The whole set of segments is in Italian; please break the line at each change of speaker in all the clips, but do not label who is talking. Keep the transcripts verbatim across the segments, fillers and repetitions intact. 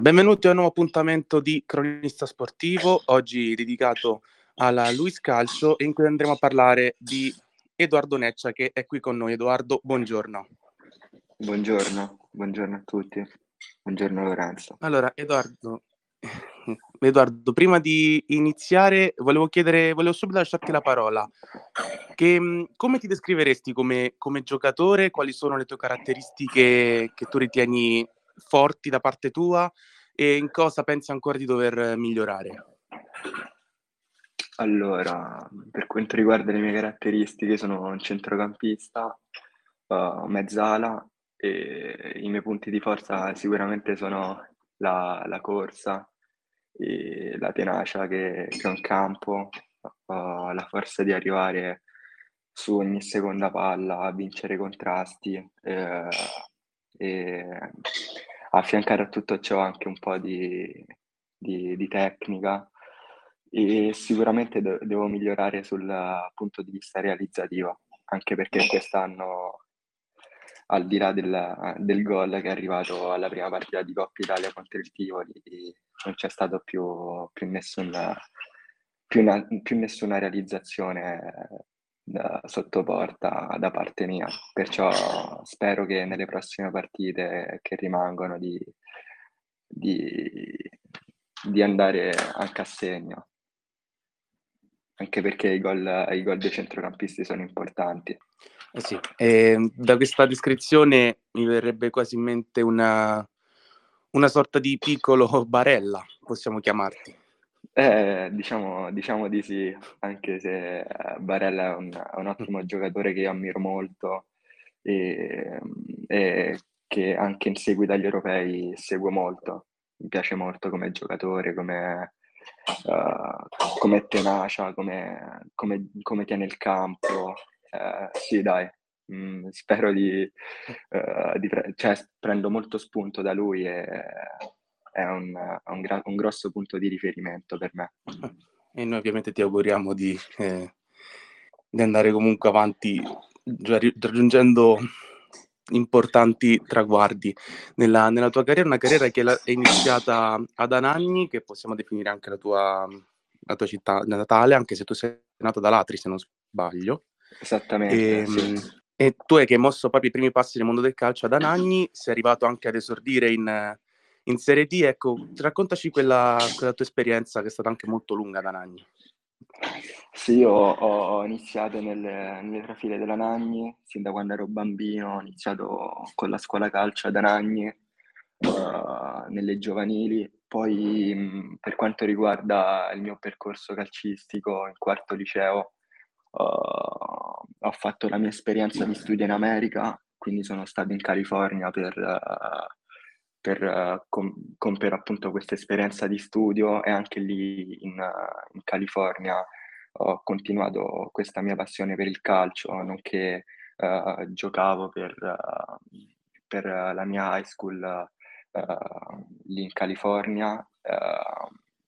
Benvenuti a un nuovo appuntamento di Cronista Sportivo, oggi dedicato alla Luis Calcio, in cui andremo a parlare di Edoardo Neccia, che è qui con noi. Edoardo, buongiorno.
Buongiorno, buongiorno a tutti. Buongiorno Lorenzo.
Allora, Edoardo, Edoardo, prima di iniziare volevo chiedere, volevo subito lasciarti la parola. Che, come ti descriveresti come, come giocatore? Quali sono le tue caratteristiche che tu ritieni forti da parte tua e in cosa pensi ancora di dover migliorare?
Allora, per quanto riguarda le mie caratteristiche, sono un centrocampista, uh, mezzala e i miei punti di forza sicuramente sono la, la corsa, e la tenacia che, che ho in campo, uh, la forza di arrivare su ogni seconda palla, a vincere i contrasti eh, e affiancare a tutto ciò anche un po' di, di- di tecnica e sicuramente de- devo migliorare sul punto di vista realizzativo, anche perché quest'anno, al di là del, del gol che è arrivato alla prima partita di Coppa Italia contro il Tivoli, non c'è stato più, più nessun, più, una- più nessuna realizzazione da, sotto porta da parte mia. Perciò spero che nelle prossime partite che rimangono di, di, di andare anche a segno, anche perché i gol, i gol dei centrocampisti sono importanti.
Eh sì, eh, da questa descrizione mi verrebbe quasi in mente una, una sorta di piccolo Barella, possiamo chiamarti.
Eh, diciamo, diciamo di sì, anche se eh, Barella è un, è un ottimo giocatore che io ammiro molto e, e che anche in seguito agli europei seguo molto. Mi piace molto come giocatore, come, eh, come tenacia, come, come, come tiene il campo. Eh, sì, dai, mm, spero di, eh, di pre- cioè, prendo molto spunto da lui e è un, è un, gra- un grosso punto di riferimento per me.
E noi ovviamente ti auguriamo di, eh, di andare comunque avanti, già ri- raggiungendo importanti traguardi nella, nella tua carriera, una carriera che la- è iniziata ad Anagni, che possiamo definire anche la tua, la tua città natale, anche se tu sei nato ad Alatri, se non sbaglio.
Esattamente,
E,
sì.
e tu hai che hai mosso proprio i primi passi nel mondo del calcio ad Anagni, sei arrivato anche ad esordire in, in Serie D. Ecco, raccontaci quella, quella tua esperienza che è stata anche molto lunga ad Anagni.
Sì, io ho, ho iniziato nelle, nelle trafile della Nagni, sin da quando ero bambino, ho iniziato con la scuola calcio ad Anagni, eh, nelle giovanili. Poi mh, per quanto riguarda il mio percorso calcistico in quarto liceo, eh, ho fatto la mia esperienza di studio in America, quindi sono stato in California per, eh, per eh, com- compiere appunto questa esperienza di studio e anche lì in, eh, in California ho continuato questa mia passione per il calcio, nonché eh, giocavo per, eh, per la mia high school eh, lì in California. eh,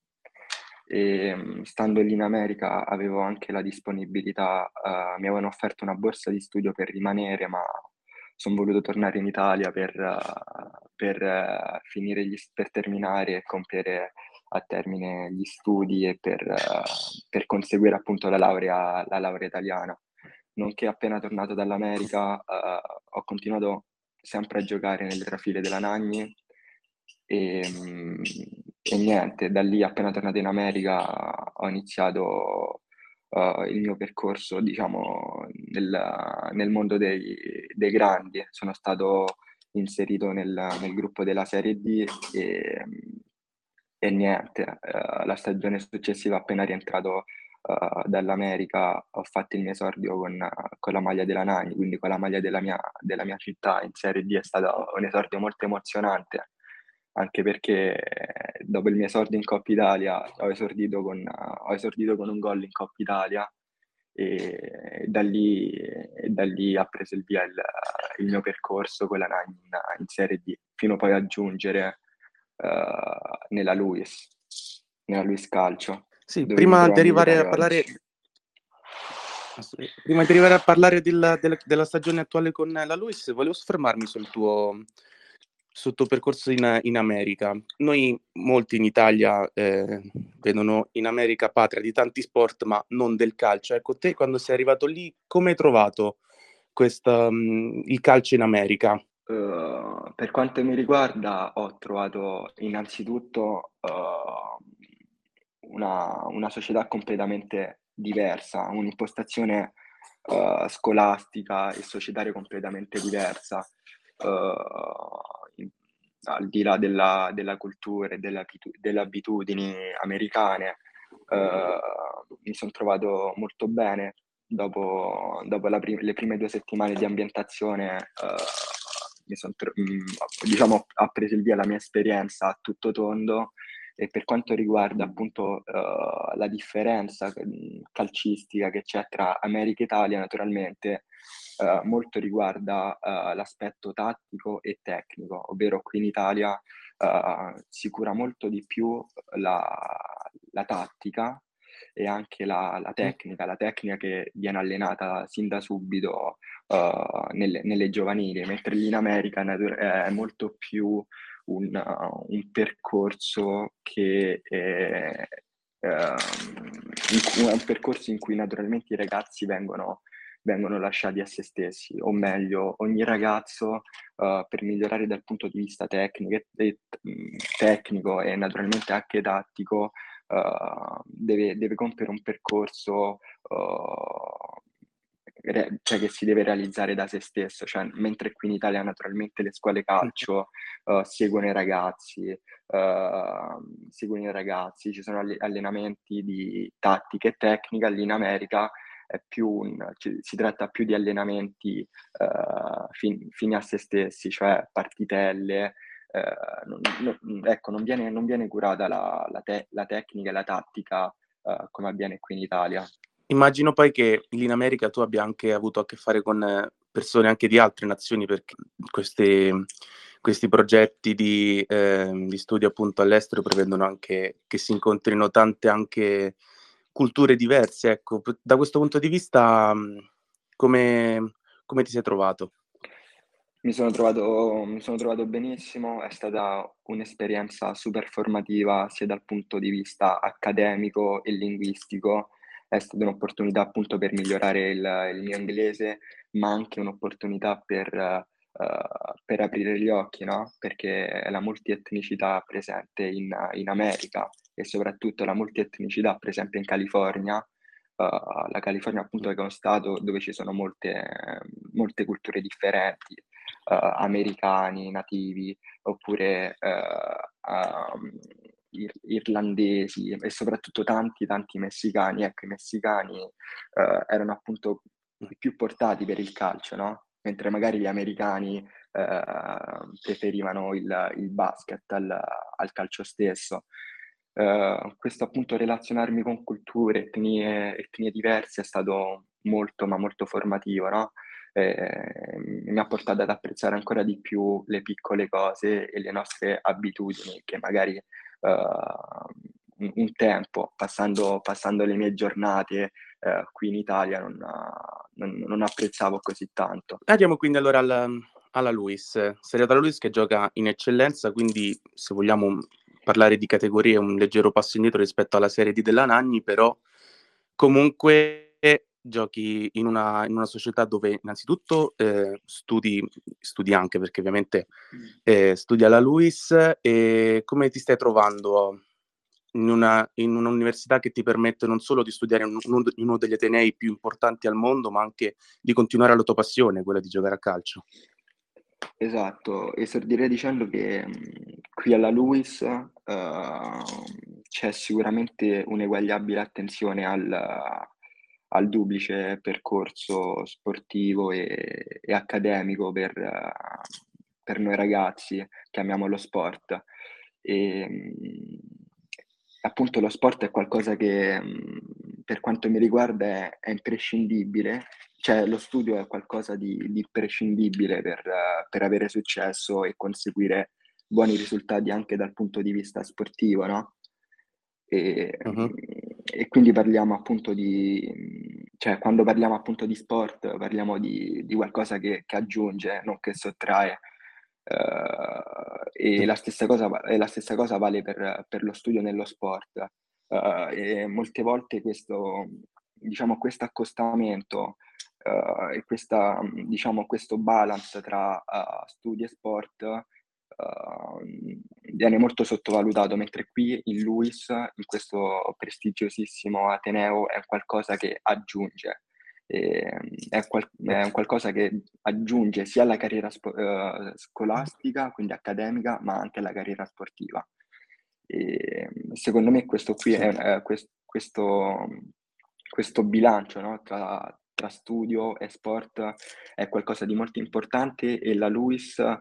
e mh, stando lì in America avevo anche la disponibilità, eh, mi avevano offerto una borsa di studio per rimanere, ma sono voluto tornare in Italia per, eh, per, eh, finire gli, per terminare e compiere a termine gli studi e per, eh, per conseguire appunto la laurea, la laurea italiana. Nonché appena tornato dall'America, eh, ho continuato sempre a giocare nelle trafile della Nagni e, mm, e niente, da lì appena tornato in America ho iniziato eh, il mio percorso, diciamo, nel, nel mondo dei, dei grandi. Sono stato inserito nel, nel gruppo della Serie D e, e niente, eh, la stagione successiva, appena rientrato eh, dall'America, ho fatto il mio esordio con, con la maglia della Nani, quindi con la maglia della mia, della mia città in Serie D. È stato un esordio molto emozionante, anche perché eh, dopo il mio esordio in Coppa Italia ho esordito con, ho esordito con un gol in Coppa Italia e da lì, e da lì ha preso il via il, il mio percorso con la Nani in, in Serie D, fino poi a giungere eh, nella Luis, nella Luis Calcio,
Sì,
dove mi
prima
trovo
di
a
arrivare
militare
a
oggi.
parlare, prima di arrivare a parlare del- del- della stagione attuale con la Luis, volevo soffermarmi sul tuo, sotto percorso in in America. Noi molti in Italia, ehm, vedono in America patria di tanti sport, ma non del calcio. Ecco, te quando sei arrivato lì, come hai trovato questa mhmm, il calcio in America?
Uhm, per quanto mi riguarda ho trovato innanzitutto, uhm, una una società completamente diversa, un'impostazione, uhm, scolastica e societaria completamente diversa. Uhm, in Al di là della della cultura e delle abitu delle abitudini americane, uhm, mi son trovato molto bene. Dopo dopo la pri le prime due settimane di ambientazione, uhm, mi son tr mhmm, diciamo ha preso il via la mia esperienza a tutto tondo. E per quanto riguarda appunto, uhm, la differenza, mhmm, calcistica che c'è tra America e Italia naturalmente, uhm, molto riguarda, uhm, l'aspetto tattico e tecnico, ovvero qui in Italia, uhm, si cura molto di più la la tattica e anche la la
Mh.
tecnica, la tecnica che viene allenata sin da subito, uhm, nelle nelle giovanili, mentre lì in America natu è molto più un un percorso che, ehm, ehm, in cu è un percorso in cui naturalmente i ragazzi vengono vengono lasciati a se stessi, o meglio ogni ragazzo, uhm, per migliorare dal punto di vista tecnico e e t mhmm, tecnico e naturalmente anche tattico, uhm, deve deve compiere un percorso, uhm, re cioè che si deve realizzare da se stesso, cioè mentre qui in Italia naturalmente le scuole
Mh-mh.
calcio, uhm, seguono i ragazzi, uhm, seguono i ragazzi, ci sono alle allenamenti di tattica e tecnica, lì in America è più un ci si tratta più di allenamenti, uhm, fin fini a se stessi, cioè partitelle, ehm, non non mhmm, ecco, non viene non viene curata la la te la tecnica e la tattica, uhm, come avviene qui in Italia.
Immagino poi che lì in America tu abbia anche avuto a che fare con eh, persone anche di altre nazioni, perché queste questi progetti di ehm, di studio appunto all'estero prevedono anche che si incontrino tante anche culture diverse, ecco. P Da questo punto di vista, mhmm, come come ti sei trovato?
Mi sono trovato mi sono trovato benissimo, è stata un'esperienza super formativa sia dal punto di vista accademico e linguistico. È stata un'opportunità appunto per migliorare il il mio inglese, ma anche un'opportunità per uhm, per aprire gli occhi, no, perché la multietnicità presente in in America e soprattutto la multietnicità presente in California, uhm, la California appunto che è uno stato dove ci sono molte molte culture differenti, uhm, americani, nativi, oppure, uhm, uhm, ir irlandesi e soprattutto tanti, tanti messicani. Ecco, i messicani, uhm, erano appunto
Mh.
i più portati per il calcio, no, mentre magari gli americani, uhm, preferivano il il basket al al calcio stesso. Uhm, questo appunto relazionarmi con culture, etnie etnie diverse è stato molto, ma molto formativo, no, ehm, mi ha portato ad apprezzare ancora di più le piccole cose e le nostre abitudini che magari, uhm, un un tempo, passando passando le mie giornate, ehm, qui in Italia non non non apprezzavo così tanto.
Arriviamo quindi allora al mhmm, alla LUISS. Sei arrivato alla LUISS che gioca in eccellenza, quindi se vogliamo, mhmm, parlare di categorie, un leggero passo indietro rispetto alla Serie D della Nagni, però comunque giochi in una in una società dove innanzitutto, ehm, studi studi anche perché ovviamente, ehm, studi alla LUISS, e come ti stai trovando in una in un'università che ti permette non solo di studiare in uno d in uno degli atenei più importanti al mondo, ma anche di continuare la tua passione, quella di giocare a calcio?
Esatto, esordirei dicendo che, mhmm, qui alla LUISS, uhm, c'è sicuramente un'eguagliabile attenzione al al duplice percorso sportivo e e accademico per eh, per noi ragazzi che amiamo lo sport. Ehm, appunto lo sport è qualcosa che, mhmm, per quanto mi riguarda è è imprescindibile, cioè lo studio è qualcosa di di imprescindibile per eh, per avere successo e conseguire buoni risultati anche dal punto di vista sportivo, no, ehm,
Mh-mh.
e quindi parliamo appunto di mhmm, cioè quando parliamo appunto di sport parliamo di di qualcosa che che aggiunge, non che sottrae. Uh, e la stessa cosa, va- e la stessa cosa vale per, per lo studio nello sport. Uh, e molte volte questo, diciamo, questo accostamento uh, e questa, diciamo, questo balance tra uh, studio e sport uh, viene molto sottovalutato, mentre qui in Luis, in questo prestigiosissimo Ateneo, è qualcosa che aggiunge. E, è, qual- è un qualcosa che aggiunge sia alla carriera spo- eh, scolastica, quindi accademica, ma anche alla carriera sportiva. E secondo me questo qui
Sì.
è, è quest- questo, questo bilancio, no, tra, tra studio e sport è qualcosa di molto importante, e la LUIS eh,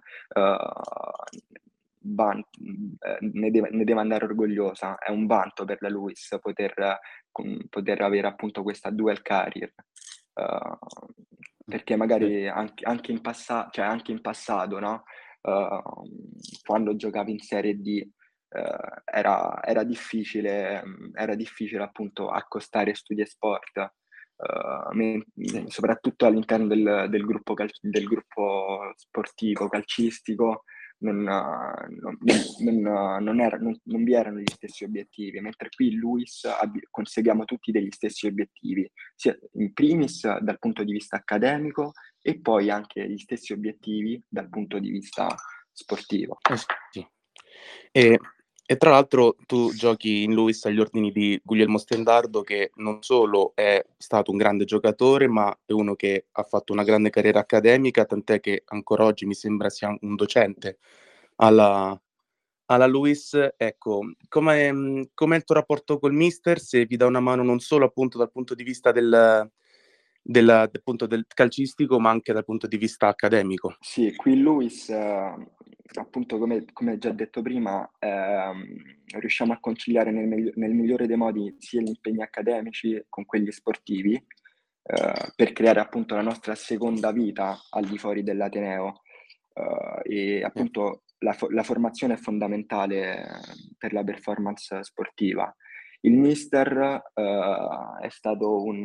van- eh, ne deve, ne deve andare orgogliosa. È un vanto per la LUIS poter, con- poter avere appunto questa dual career. Uh, perché
Sì.
magari anche, anche in passa- cioè anche in passato, no? Uh, quando giocavi in Serie D, uh, era, era difficile, era difficile appunto accostare studio e sport, uh, me-
Sì.
soprattutto all'interno del, del gruppo cal- del gruppo sportivo, calcistico. Non, non, non, non, era- non- non vi erano gli stessi obiettivi, mentre qui in Luis abbi- conseguiamo tutti degli stessi obiettivi, sia in primis dal punto di vista accademico, e poi anche gli stessi obiettivi dal punto di vista sportivo.
Eh sì. E, e tra l'altro tu giochi in Luis agli ordini di Guglielmo Stendardo, che non solo è stato un grande giocatore, ma è uno che ha fatto una grande carriera accademica, tant'è che ancora oggi mi sembra sia un docente alla, alla Luis. Ecco, com'è, mh, com'è il tuo rapporto col mister? Se vi dà una mano non solo appunto dal punto di vista del, del, appunto del calcistico, ma anche dal punto di vista accademico.
Sì, qui Luis, eh, appunto come, come già detto prima, ehm, riusciamo a conciliare nel, megli- nel migliore dei modi sia gli impegni accademici con quelli sportivi, eh, per creare appunto la nostra seconda vita al di fuori dell'Ateneo. Eh, e
Sì.
appunto la, fo- la formazione è fondamentale eh, per la performance sportiva. Il mister eh, è stato un,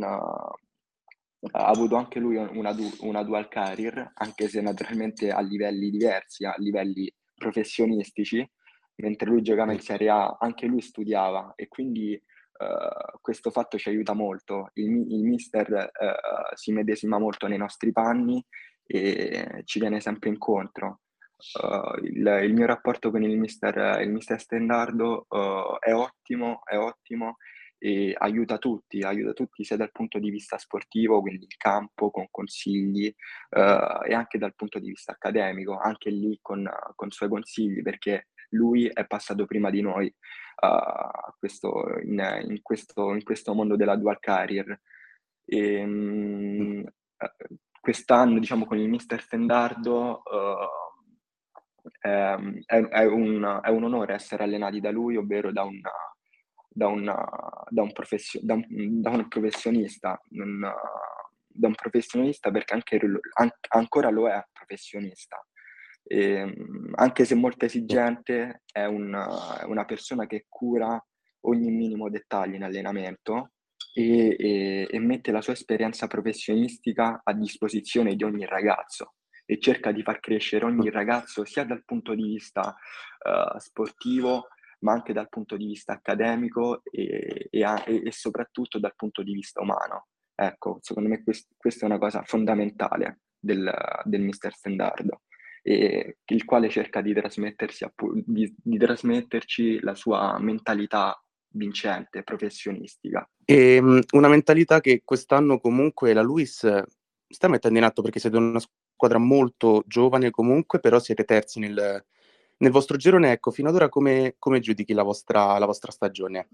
ha avuto anche lui una, du- una dual career, anche se naturalmente a livelli diversi, a livelli professionistici. Mentre lui giocava in
Sì.
Serie A, anche lui studiava, e quindi eh, questo fatto ci aiuta molto. Il, mi- il mister eh, si medesima molto nei nostri panni e ci viene sempre incontro. Uh, il, il mio rapporto con il mister, il mister Stendardo uh, è ottimo, è ottimo, e aiuta tutti, aiuta tutti sia dal punto di vista sportivo, quindi in campo, con consigli, uh, e anche dal punto di vista accademico, anche lì con, con suoi consigli, perché lui è passato prima di noi uh, questo, in, in questo, in questo mondo della dual career. E, um, quest'anno, diciamo, con il mister Stendardo, uh, ehm, è, è un, è un onore essere allenati da lui, ovvero da, una, da, una, da, un, professio, da, un, da un professionista, un, da un professionista perché anche, an- ancora lo è professionista. E, anche se molto
Sì.
esigente, è una, è una persona che cura ogni minimo dettaglio in allenamento, e, e- e mette la sua esperienza professionistica a disposizione di ogni ragazzo, e cerca di far crescere ogni ragazzo sia dal punto di vista eh, sportivo, ma anche dal punto di vista accademico, e, e a- e- e soprattutto dal punto di vista umano. Ecco, secondo me quest- questa è una cosa fondamentale del, del mister Stendardo, e il quale cerca di trasmettersi appu- di, di trasmetterci la sua mentalità vincente, professionistica.
E, mh, una mentalità che quest'anno comunque la Luis sta mettendo in atto, perché siete una squadra molto giovane comunque, però siete terzi nel, nel vostro girone. Ecco, fino ad ora come, come giudichi la vostra, la vostra stagione?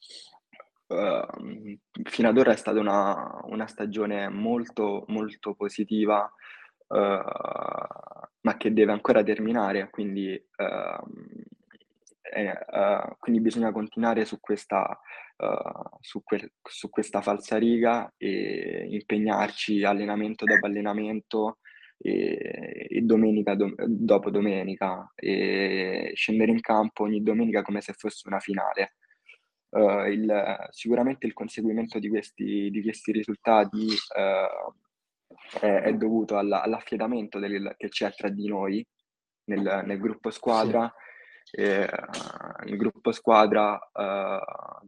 Uh, fino ad ora è stata una, una stagione molto molto positiva, uh, ma che deve ancora terminare, quindi, uh, eh, uh, quindi bisogna continuare su questa, uh, su, quel- su questa falsariga, e impegnarci allenamento dopo allenamento, e, e domenica do- dopo domenica, e scendere in campo ogni domenica come se fosse una finale. Uh, il, sicuramente il conseguimento di questi, di questi risultati uh, è, è dovuto alla- all'affidamento del- che c'è tra di noi, nel, nel gruppo squadra, sì. e, uh, il gruppo squadra uh,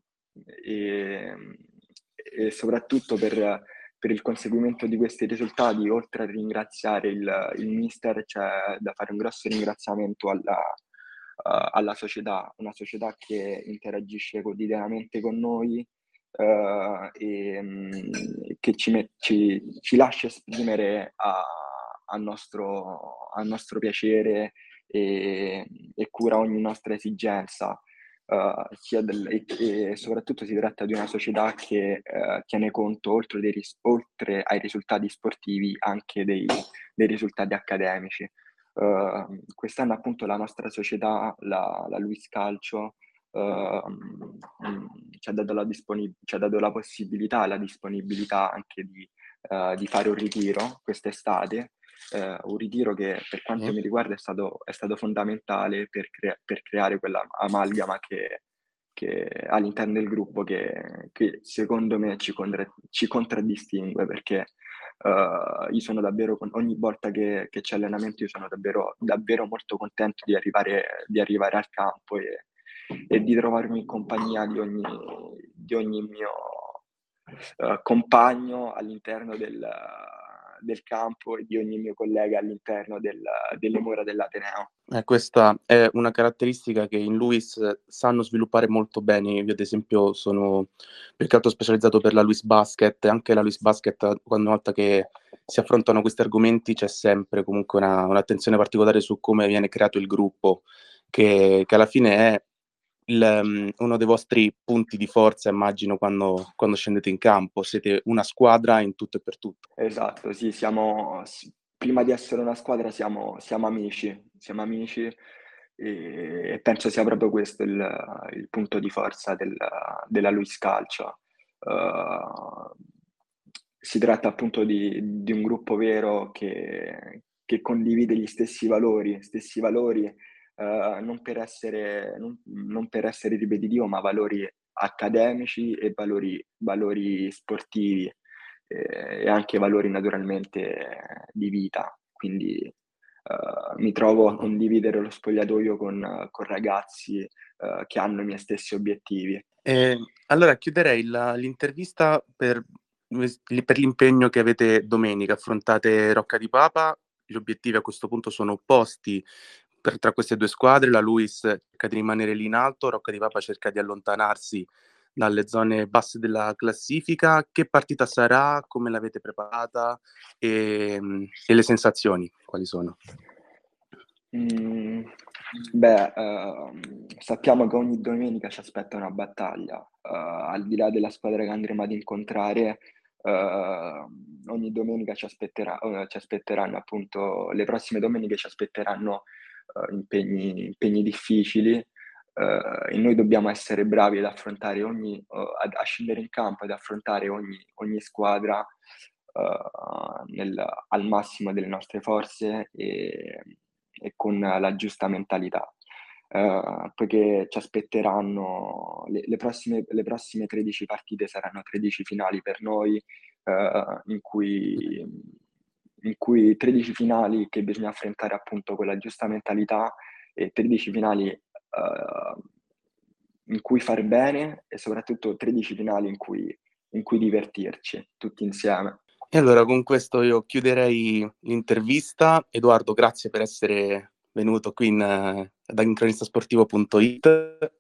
e, e soprattutto per, per il conseguimento di questi risultati, oltre a ringraziare il, il mister, c'è da fare un grosso ringraziamento alla, uh, alla società, una società che interagisce quotidianamente con noi, uh, e um, che ci, met- ci, ci lascia esprimere a, a, nostro, a nostro piacere e, e cura ogni nostra esigenza. Uh, sia del, e, e soprattutto si tratta di una società che uh, tiene conto, oltre, dei ris- oltre ai risultati sportivi, anche dei, dei risultati accademici. Uh, quest'anno appunto la nostra società, la, la Luis Calcio, uh, mh, ci ha dato la, disponib- ci ha dato la possibilità e la disponibilità anche di, uh, di fare un ritiro quest'estate. Uh, un ritiro che per quanto
Sì.
mi riguarda è stato, è stato fondamentale per, crea- per creare quella amalgama che, che all'interno del gruppo che, che secondo me ci, contra- ci contraddistingue, perché uh, io sono davvero, con- ogni volta che, che c'è allenamento io sono davvero, davvero molto contento di arrivare, di arrivare al campo e, e di trovarmi in compagnia di ogni, di ogni mio uh, compagno all'interno del, del campo e di ogni mio collega all'interno del, delle mura dell'Ateneo.
Eh, questa è una caratteristica che in Luis sanno sviluppare molto bene. Io ad esempio sono più che altro specializzato per la Luis Basket, e anche la Luis Basket, una volta che si affrontano questi argomenti c'è sempre comunque una, un'attenzione particolare su come viene creato il gruppo, che, che alla fine è il, um, uno dei vostri punti di forza, immagino, quando, quando scendete in campo. Siete una squadra in tutto e per tutto.
Esatto, sì, siamo, s- prima di essere una squadra siamo, siamo amici, siamo amici e, e penso sia proprio questo il, il punto di forza del- della Luis Calcio. Uh, si tratta appunto di, di un gruppo vero che, che condivide gli stessi valori, stessi valori uh, non per essere, non, non per essere ripetitivo, ma valori accademici e valori, valori sportivi eh, e anche valori naturalmente eh, di vita. Quindi eh, mi trovo a condividere lo spogliatoio con, con ragazzi eh, che hanno i miei stessi obiettivi.
Eh, allora chiuderei la- l'intervista per, per l'impegno che avete domenica. Affrontate Rocca di Papa, gli obiettivi a questo punto sono opposti per, tra queste due squadre. La Luis cerca di rimanere lì in alto, Rocca di Papa cerca di allontanarsi dalle zone basse della classifica. Che partita sarà? Come l'avete preparata? E, e le sensazioni quali sono?
Mm, beh, ehm, sappiamo che ogni domenica ci aspetta una battaglia. Eh, al di là della squadra che andremo ad incontrare, eh, ogni domenica ci aspetterà, eh, ci aspetteranno appunto, le prossime domeniche ci aspetteranno eh, impegni, impegni difficili, eh, e noi dobbiamo essere bravi ad affrontare ogni, eh, ad- a scendere in campo, ad affrontare ogni, ogni squadra eh, nel- al massimo delle nostre forze e, e con la giusta mentalità. Eh, poiché ci aspetteranno le, le prossime, le prossime tredici partite saranno tredici finali per noi, eh, in cui, in cui tredici finali che bisogna affrontare appunto con la giusta mentalità e tredici finali eh, in cui fare bene e soprattutto tredici finali in cui, in cui divertirci tutti insieme.
E allora con questo io chiuderei l'intervista. Edoardo, grazie per essere venuto qui in, eh, da cronistasportivo punto it.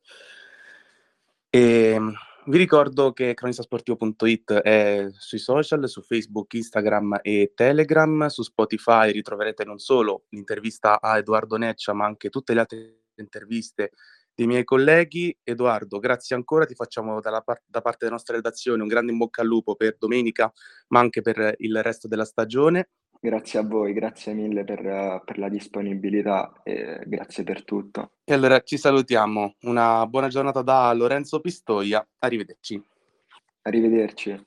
E vi ricordo che cronistasportivo punto it è sui social, su Facebook, Instagram e Telegram. Su Spotify ritroverete non solo l'intervista a Edoardo Neccia, ma anche tutte le altre interviste dei miei colleghi. Edoardo, grazie ancora, ti facciamo dalla par- da parte della nostra redazione un grande in bocca al lupo per domenica, ma anche per il resto della stagione.
Grazie a voi, grazie mille per, per la disponibilità e grazie per tutto.
E allora ci salutiamo. Una buona giornata da Lorenzo Pistoia. Arrivederci.
Arrivederci.